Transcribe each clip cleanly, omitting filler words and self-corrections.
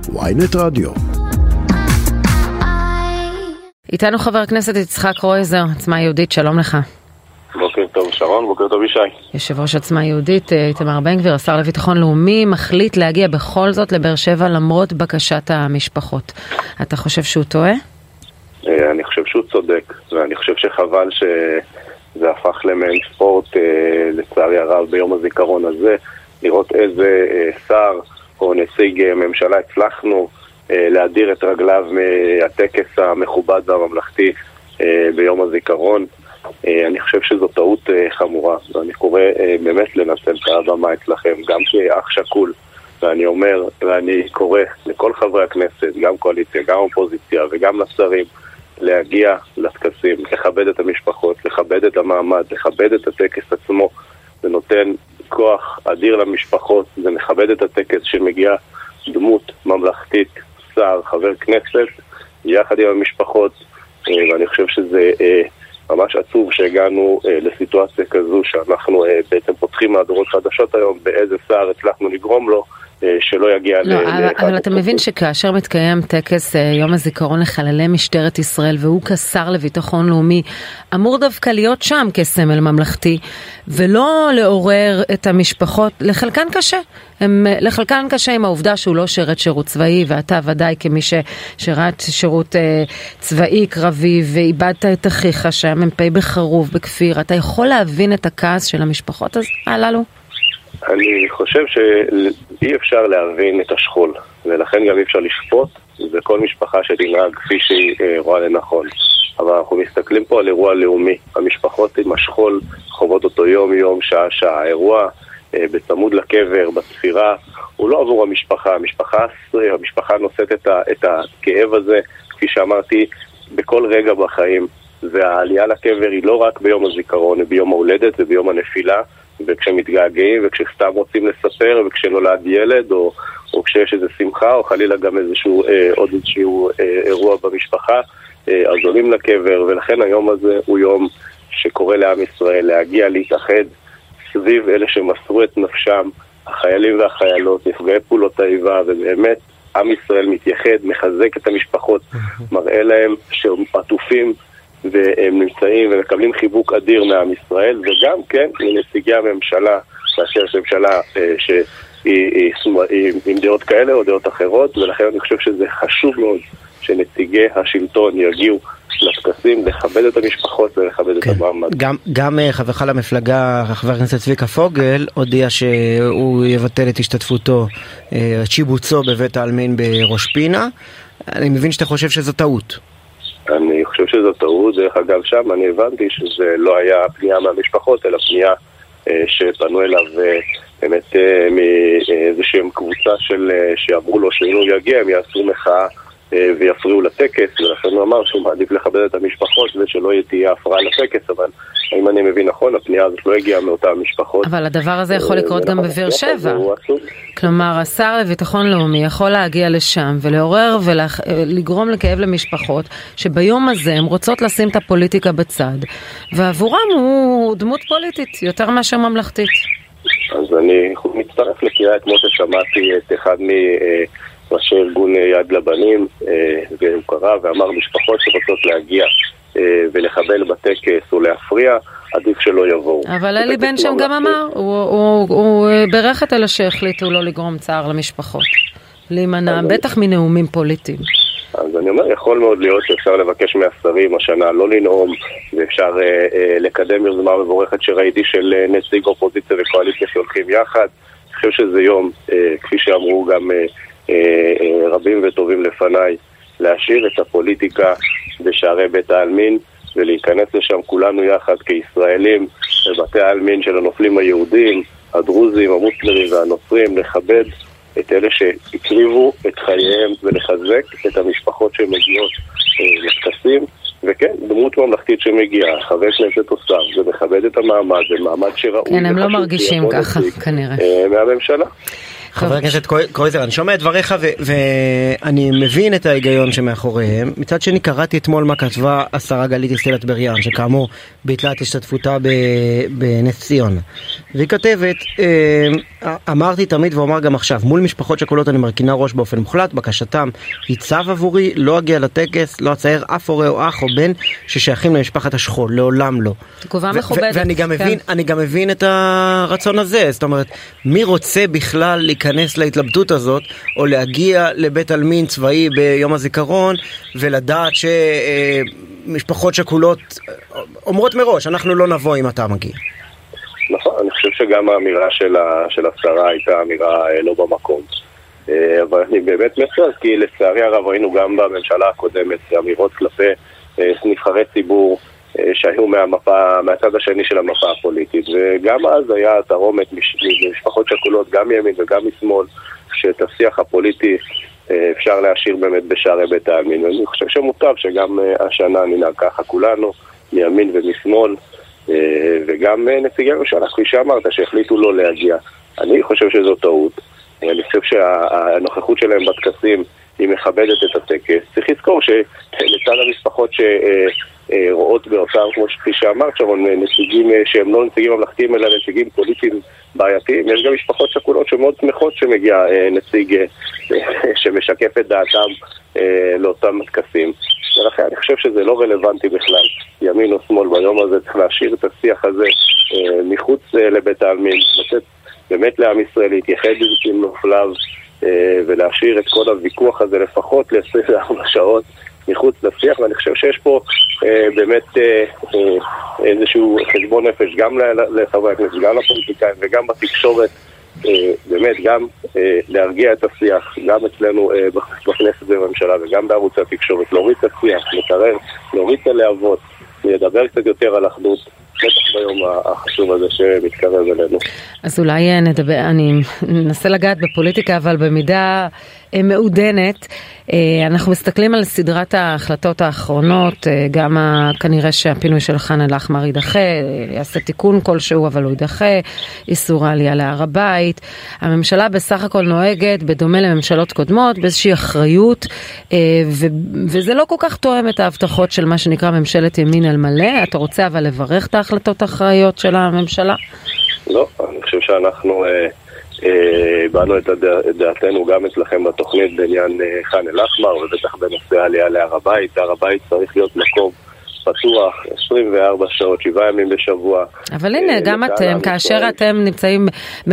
ynet רדיו. איתנו חבר הכנסת יצחק רויזר, עוצמה יהודית, שלום לך. בוקר טוב שרון, בוקר טוב ישי. יושב ראש עוצמה יהודית, איתמר בן גביר, השר לביטחון לאומי, מחליט להגיע בכל זאת לבאר שבע למרות בקשת המשפחות. אתה חושב שהוא טועה? אני חושב שהוא צודק, ואני חושב שחבל שזה הפך למעין ספורט, לצערי הרב ביום הזיכרון הזה, לראות איזה שר או נציג ממשלה הצלחנו להדיר את רגליו מהטקס המכובד והממלכתי ביום הזיכרון. אני חושב שזו טעות חמורה, ואני קורא באמת לנצל את הבמה אצלכם, גם כאח שקול, ואני אומר, ואני קורא לכל חברי הכנסת, גם קואליציה, גם אופוזיציה וגם לשרים, להגיע לטקסים, לכבד את המשפחות, לכבד את המעמד, לכבד את הטקס עצמו. זה נותן כוח אדיר למשפחות, זה מכבד את הטקס שמגיע דמות ממלכתית, שר, חבר כנסת, יחד עם המשפחות, ואני חושב שזה ממש עצוב שהגענו לסיטואציה כזו שאנחנו בעצם פותחים מהדורות חדשות היום, באיזה שר הצלחנו לגרום לו שלא יגיע אבל אתה מבין שכאשר מתקיים טקס יום הזיכרון לחללי משטרת ישראל, והוא כשר לביטחון לאומי אמור דווקא להיות שם כסמל ממלכתי, ולא לעורר את המשפחות. לחלקן קשה עם העובדה שהוא לא שירת שירות צבאי, ואתה ודאי כמי ששירת שירות צבאי קרבי ואיבדת את אחיך שהיה מ"פ בחרוב בכפיר, אתה יכול להבין את הכעס של המשפחות הללו? אני חושב שאי אפשר להבין את השכול, ולכן גם אי אפשר לשפוט וכל משפחה שתנהג כפי שהיא רואה לנכון. אבל אנחנו מסתכלים פה על אירוע לאומי. המשפחות עם השכול חוות אותו יום-יום, שעה-שעה. האירוע בצמוד לקבר, בספירה, הוא לא עבור המשפחה. המשפחה נושאת את הכאב הזה, כפי שאמרתי, בכל רגע בחיים. והעלייה לקבר היא לא רק ביום הזיכרון, היא ביום ההולדת וביום הנפילה, וכשמתגעגעים וכשסתם רוצים לספר וכשנולד ילד או כשיש איזו שמחה או חלילה גם עוד איזשהו אירוע במשפחה, אז עולים לקבר. ולכן היום הזה הוא יום שקורא לעם ישראל להגיע להתאחד סביב אלה שמסרו את נפשם, החיילים והחיילות, נפגעי פעולות האיבה, ובאמת עם ישראל מתייחד, מחזק את המשפחות, מראה להם שהם עטופים והם נמצאים ומקבלים חיבוק אדיר מעם ישראל, וגם כן מנציגי הממשלה, כאשר יש ממשלה שהיא עם דעות כאלה או דעות אחרות, ולכן אני חושב שזה חשוב מאוד שנציגי השלטון יגיעו לטקסים, לכבד את המשפחות ולכבד את המעמד. גם חברך למפלגה, חבר הכנסת צביקה פוגל, הודיע שהוא יבטל את השתתפותו, את שיבוצו בבית העלמין בראש פינה. אני מבין שאתה חושב שזו טעות. אני חושב שזו טעות. דרך אגב, שם אני הבנתי שזה לא היה פנייה מהמשפחות, אלא פנייה שפנו אליו באמת מאיזושהי קבוצה שאמרו לו שאם הוא יגיע הם יעשו מחאה ויפריעו לטקס, ולכן הוא אמר שהוא מעדיף לכבד את המשפחות ושלא תהיה הפרעה לטקס. אבל אם אני מבין נכון, הפנייה הזאת לא הגיעה מאותן משפחות. אבל הדבר הזה יכול לקרות גם בבאר שבע. כלומר, השר לביטחון לאומי יכול להגיע לשם ולעורר ולגרום לכאב למשפחות שביום הזה הם רוצות לשים את הפוליטיקה בצד, ועבורם הוא דמות פוליטית יותר מאשר ממלכתית. אז אני מצטרף לקריאה כמו ששמעתי את אחד ראשי ארגון יד לבנים, והוא קרא ואמר משפחות שרוצות להגיע ולחבל בטקס או להפריע, עדיף שלא יבואו. אבל אלי בן שם גם אמר, הוא ברך את אלה שהחליטו לא לגרום צער למשפחות, להימנע בטח מנאומים פוליטיים. אז אני אומר, יכול מאוד להיות שאפשר לבקש מהשרים השנה לא לנאום, ואפשר לקדם יוזמה מבורכת שראיתי של נציג אופוזיציה וקואליציה שהולכים יחד. אני חושב שזה יום, כפי שאמרו גם רבים וטובים לפניי, להשאיר את הפוליטיקה בשערי בית העלמין ולהיכנס לשם כולנו יחד כישראלים בבתי העלמין של הנופלים היהודים, הדרוזים, המוסלמים והנוצרים, לכבד את אלה שהקריבו את חייהם ולחזק את המשפחות שמגיעות לטקסים. וכן, דמות ממלכתית שמגיעה, חבר כנסת או שר, זה מכבד את המעמד, זה מעמד שראוי. כן, הם לא מרגישים ככה, כנראה. מהממשלה. חבר הכנסת קרויזר, אני שומע את דבריך ואני מבין את ההיגיון שמאחוריהם. מצד שני, קראתי אתמול מה כתבה השרה גלית דיסטל אטבריאן, שכאמור ביטלה את השתתפותה בנס ציונה. והיא כתבת, אמרתי תמיד ואומר גם עכשיו, מול משפחות שכולות אני מרכינה ראש באופן מוחלט, בקשתם היא צו עבורי, לא אגיע לטקס, לא אצייר אף הורה או אח או בן ששייכים למשפחת השכול, לעולם לא. תגובה מכובדת. ואני גם מבין את הרצון הזה, זאת אומרת, מי רוצה בכלל להיכנס להתלבטות הזאת, או להגיע לבית עלמין צבאי ביום הזיכרון, ולדעת שמשפחות שכולות אומרות מראש, אנחנו לא נבוא אם אתה מגיע. נכון, אני חושב שגם האמירה של השרה הייתה אמירה לא במקום. אבל אני באמת מצטער, כי לצערי הרב ראינו גם בממשלה הקודמת אמירות כלפי נבחרי ציבור שהיו מהצד השני של המפה הפוליטית, וגם אז היה תרומת ממשפחות שכולות, גם ימין וגם משמאל, שאת השיח הפוליטי אפשר להשאיר באמת בשערי בית העלמין. ואני חושב שמוטב שגם השנה ננהג ככה כולנו, מימין ומשמאל, וגם נציגי הממשלה, כפי שאמרת, שהחליטו לא להגיע. אני חושב שזו טעות. אני חושב שהנוכחות שלהם בטקסים היא מכבדת את הטקס. צריך לזכור שלצד המשפחות שרואות באותם, כמו שכפי שאמרת, שרון, נציגים שהם לא נציגים ממלכתיים אלא נציגים פוליטיים בעייתיים, יש גם משפחות שכולות שמאוד שמחות שמגיע נציג שמשקף את דעתם לאותם טקסים. ולכן אני חושב שזה לא רלוונטי בכלל, ימין או שמאל ביום הזה. צריך להשאיר את השיח הזה מחוץ לבית העלמין, לתת באמת לעם ישראל להתייחד עם נופליו ולהשאיר את כל הוויכוח הזה לפחות ל-24 שעות מחוץ לשיח. ואני חושב שיש פה באמת איזשהו חשבון נפש גם לחברי הכנסת, גם לפוליטיקאים וגם בתקשורת, באמת גם להרגיע את השיח, גם אצלנו בכנסת ובממשלה וגם בערוצי התקשורת, להוריד את השיח, לקרר, להוריד את הלהבות, לדבר קצת יותר על אחדות, בטח ביום החשוב הזה שמתקרב אלינו. אז אולי נדבר, אני ננסה לגעת בפוליטיקה, אבל במידה מעודנת. אנחנו מסתכלים על סדרת ההחלטות האחרונות, גם כנראה שהפינוי של ח'אן אל-אחמר יידחה, יעשה תיקון כלשהו, אבל הוא יידחה, איסור העלייה להר הבית. הממשלה בסך הכל נוהגת, בדומה לממשלות קודמות, באיזושהי אחריות, וזה לא כל כך תואם את ההבטחות של מה שנקרא ממשלת ימין על מלא. אתה רוצה אבל לברך את ההחלטות האחראיות של הממשלה? לא, אני חושב שאנחנו באנו את דעתנו גם אצלכם בתוכנית בעניין ח'אן אל-אחמר, ובטח בנושא העלייה להר הבית. הר הבית צריך להיות מקום פתוח 24 שעות, 7 ימים בשבוע. אבל הנה, גם אתם, כאשר אתם נמצאים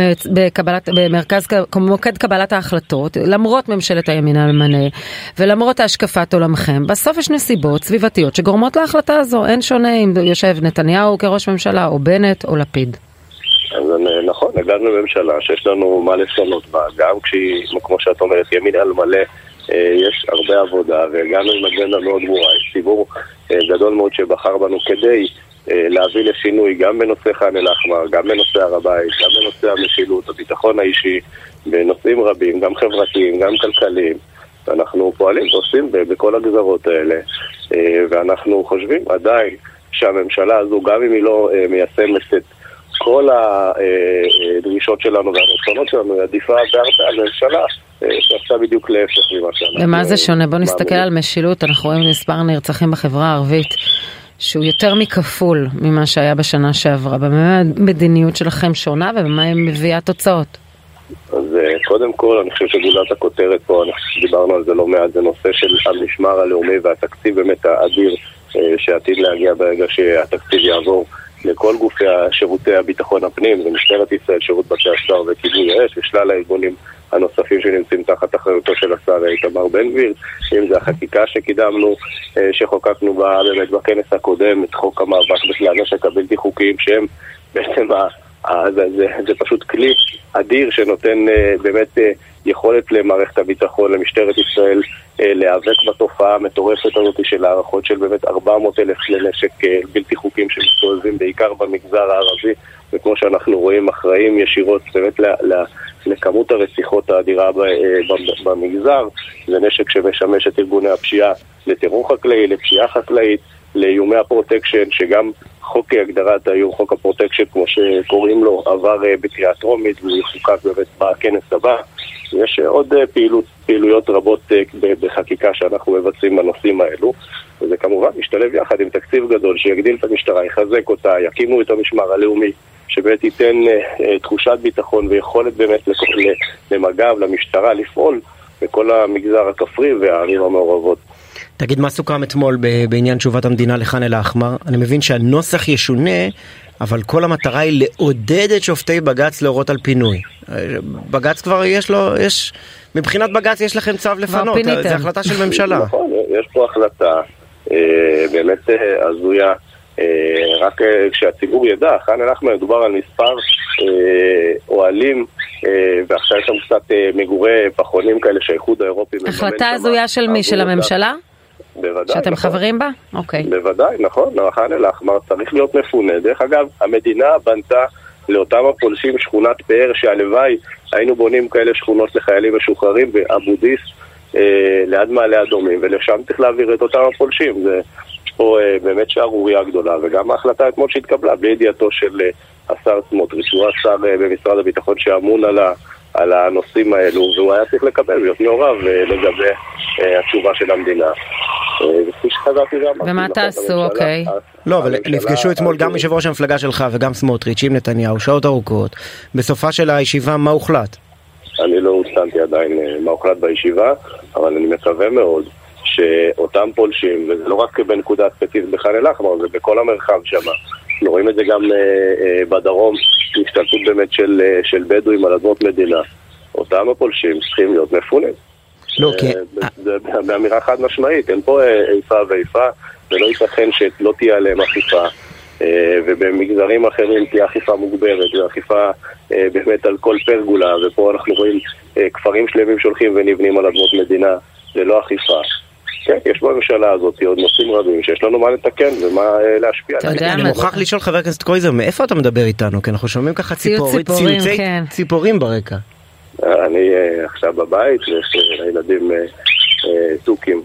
במרכז, מוקד קבלת ההחלטות, למרות ממשלת הימין על מלא, ולמרות השקפת עולמכם, בסוף יש נסיבות סביבתיות שגורמות להחלטה הזו. אין שונה אם יושב נתניהו כראש ממשלה, או בנט, או לפיד. אז נכון, הגענו לממשלה שיש לנו מה לשנות בה, גם כשהיא, כמו שאת אומרת, ימין על מלא, יש הרבה עבודה, והגענו עם אג'נדה מאוד ברורה. יש ציבור גדול מאוד שבחר בנו כדי להביא לשינוי גם בנושא ח'אן אל-אחמר, גם בנושא הר הבית, גם בנושא המשילות, הביטחון האישי, בנושאים רבים, גם חברתיים, גם כלכליים. אנחנו פועלים ועושים בכל הגזרות האלה, ואנחנו חושבים עדיין שהממשלה הזו, גם אם היא לא מיישמת את כל הדרישות שלנו והרצונות שלנו, עדיפה בהרבה על ממשלה שעשה בדיוק להפך ממה שאנחנו... ומה זה שונה? בוא נסתכל על משילות. אנחנו רואים מספר נרצחים בחברה הערבית שהוא יותר מכפול ממה שהיה בשנה שעברה. במה המדיניות שלכם שונה ובמה היא מביאה תוצאות? אז קודם כל אני חושב שגולת הכותרת פה, דיברנו על זה לא מעט, זה נושא של המשמר הלאומי והתקציב באמת האדיר שעתיד להגיע ברגע שהתקציב יעבור לכל גופי שירותי הביטחון הפנים, זה משטרת ישראל, שירות בתי הסוהר וכיבוי אש, ושלל הארגונים הנוספים שנמצאים תחת אחריותו של השר איתמר בן גביר, אם זה החקיקה שקידמנו, שחוקקנו באמת בכנס הקודם, את חוק המאבק בכלי הנשק הבלתי חוקיים, שהם בעצם זה פשוט כלי אדיר שנותן באמת יכולת למערכת הביטחון, למשטרת ישראל, להיאבק בתופעה המטורפת הזאת של הערכות של באמת 400,000 כלי נשק בלתי חוקיים שמסתובבים בעיקר במגזר הערבי, וכמו שאנחנו רואים אחראים ישירות באמת לכמות הרציחות האדירה במגזר. זה נשק שמשמש את ארגוני הפשיעה לטרור חקלאי, לפשיעה חקלאית, לאיומי הפרוטקשן, שגם חוק הגדרת האיום, חוק הפרוטקשן כמו שקוראים לו, עבר בקריאה טרומית ויחוקק באמת בכנס הבא. יש עוד פעילויות רבות בחקיקה שאנחנו מבצעים בנושאים האלו, וזה כמובן משתלב יחד עם תקציב גדול שיגדיל את המשטרה, יחזק אותה, יקימו את המשמר הלאומי, שבאמת ייתן תחושת ביטחון ויכולת באמת למג"ב, למשטרה, לפעול בכל המגזר הכפרי והערים המעורבות. תגיד, מה סוכם אתמול בעניין תשובת המדינה לח'אן אל-אחמר? אני מבין שהנוסח ישונה, אבל כל המטרה היא לעודד את שופטי בג"ץ להורות על פינוי. בג"ץ כבר מבחינת בג"ץ יש לכם צו לפנות, זה החלטה של ממשלה. נכון, יש פה החלטה באמת הזויה, רק כשהציבור ידע, ח'אן אל-אחמר מדובר על מספר אוהלים, ועכשיו יש שם קצת מגורי פחונים כאלה שהאיחוד האירופי... החלטה הזויה של מי? של הממשלה? בוודאי. שאתם נכון. חברים בה? אוקיי. בוודאי, נכון. ח'אן אל-אחמר צריך להיות מפונה. דרך אגב, המדינה בנתה לאותם הפולשים שכונת פאר, שהלוואי היינו בונים כאלה שכונות לחיילים משוחררים באבו דיס, ליד מעלה אדומים, ולשם צריך להעביר את אותם הפולשים. זה פה באמת שערוריה גדולה, וגם ההחלטה אתמול שהתקבלה בלי ידיעתו של השר סמוטריץ', הוא השר במשרד הביטחון שאמון על הנושאים האלו, והוא היה צריך לקבל להיות מעורב לגבי התשובה של המדינה. וכפי שחזרתי גם... ומה תעשו, אוקיי? לא, אבל נפגשו אתמול גם יושב ראש המפלגה שלך וגם סמוטריץ' עם נתניהו, שעות ארוכות. בסופה של הישיבה, מה הוחלט? אני לא הוצנתי עדיין מה הוחלט בישיבה, אבל אני מקווה מאוד שאותם פולשים, וזה לא רק בנקודה ספציפית בח'אן אל-אחמר, זה בכל המרחב שם. אנחנו רואים את זה גם בדרום, השתלטות באמת של בדואים על אדמות מדינה. אותם הפולשים צריכים להיות מפונים. לא, זה באמירה חד משמעית, אין פה איפה ואיפה, ולא ייתכן שלא תהיה עליהם אכיפה, ובמגזרים אחרים תהיה אכיפה מוגברת, ואכיפה באמת על כל פרגולה, ופה אנחנו רואים כפרים שלמים שהולכים ונבנים על אדמות מדינה ללא אכיפה. כן, יש בממשלה הזאת עוד נושאים רבים שיש לנו מה לתקן ומה להשפיע. אני מוכרח לשאול חבר הכנסת קרויזר, מאיפה אתה מדבר איתנו? כי אנחנו שומעים ככה ציפורים ברקע. אני עכשיו בבית, ויש לילדים תוכים.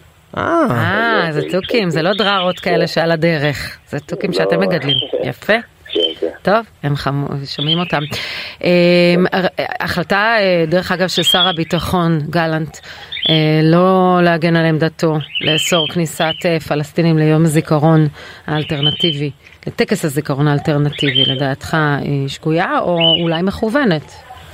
זה תוכים, זה לא דררות כאלה שעל הדרך, זה תוכים שאתם מגדלים. יפה. טוב, הם שומעים אותם. החלטה, דרך אגב, של שר הביטחון גלנט, לא להגן על עמדתו, לאסור כניסת פלסטינים ליום הזיכרון האלטרנטיבי, לטקס הזיכרון האלטרנטיבי, לדעתך שגויה או אולי מכוונת?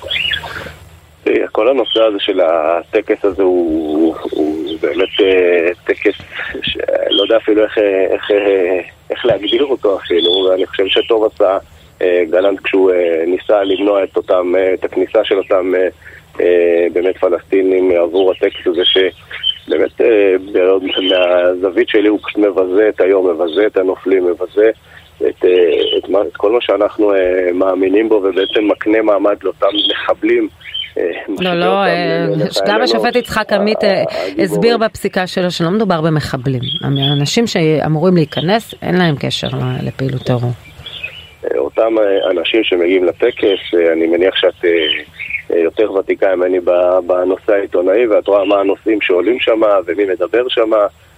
כל הנושא הזה של הטקס הזה הוא באמת טקס שלא יודע אפילו איך להגדיר אותו אפילו, ואני חושב שטוב עשה גלנט כשהוא ניסה למנוע את הכניסה של אותם באמת פלסטינים עבור הטקס הזה, שבאמת מהזווית שלי הוא פשוט מבזה את היום, מבזה את הנופלים, מבזה את כל מה שאנחנו מאמינים בו, ובעצם מקנה מעמד לאותם מחבלים. לא, גם השופט יצחק עמית הסביר בפסיקה שלו שלא מדובר במחבלים. האנשים שאמורים להיכנס, אין להם קשר לפעילות טרור. אותם אנשים שמגיעים לטקס, אני מניח שאת יותר ותיקה ממני בנושא העיתונאי, ואת רואה מה הנושאים שעולים שם ומי מדבר שם,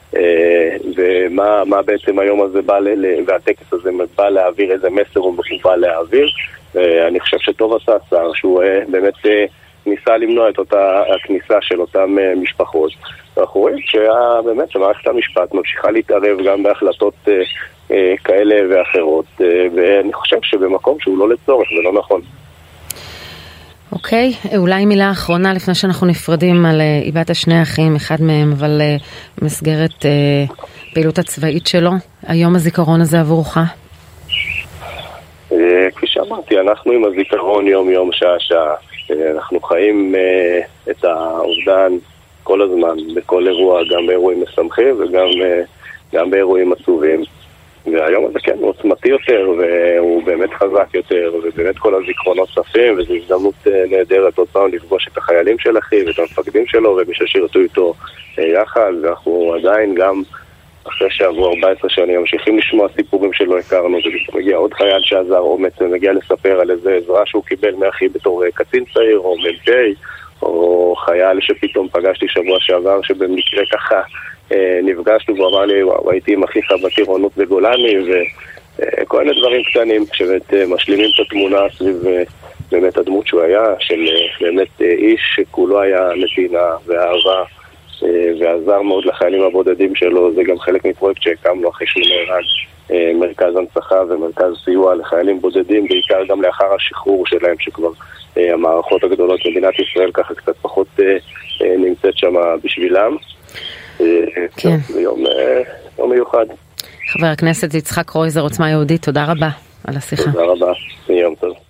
ומה בעצם היום הזה בא, והטקס הזה בא להעביר, איזה מסר הוא בא להעביר. אני חושב שטוב עשה השר שהוא באמת ניסה למנוע את אותה הכניסה של אותם משפחות. אנחנו רואים שבאמת שמערכת המשפט ממשיכה להתערב גם בהחלטות כאלה ואחרות, ואני חושב שבמקום שהוא לא לצורך ולא נכון. אוקיי, אולי מילה אחרונה לפני שאנחנו נפרדים על איבדת שני אחים, אחד מהם, אבל מסגרת פעילות הצבאית שלו, היום הזיכרון הזה עבורך? כפי שאמרתי, אנחנו עם הזיכרון יום שעה. אנחנו חיים את האובדן כל הזמן, בכל אירוע, גם באירועים משמחים וגם באירועים עצובים. והיום הזה כן, הוא עוצמתי יותר, והוא באמת חזק יותר, ובאמת כל הזיכרונות צפים, וזו הזדמנות נהדרת עוד פעם לפגוש את החיילים של אחי ואת המפקדים שלו, ומי ששירתו איתו יחד, ואנחנו עדיין גם אחרי שעברו 14 שנים ממשיכים לשמוע סיפורים שלא הכרנו, ומגיע עוד חייל שעזר אומץ ומגיע לספר על איזה עזרה שהוא קיבל מאחי בתור קצין צעיר או מ"פ, או חייל שפתאום פגשתי שבוע שעבר, שבמקרה ככה נפגשנו, והוא אמר לי, וואו, הייתי עם אחיך בטירונות בגולני, וכל מיני דברים קטנים, שבאמת משלימים את התמונה סביב באמת הדמות שהוא היה, של באמת איש שכולו היה נתינה ואהבה, ועזר מאוד לחיילים הבודדים שלו. זה גם חלק מפרויקט שהקמנו אחרי שהוא נהרג, מרכז הנצחה ומרכז סיוע לחיילים בודדים, בעיקר גם לאחר השחרור שלהם, שכבר המערכות הגדולות במדינת ישראל ככה קצת פחות נמצאת שם בשבילם. כן. זה יום מיוחד. חבר הכנסת יצחק קרויזר, עוצמה יהודית, תודה רבה על השיחה. תודה רבה, יום טוב.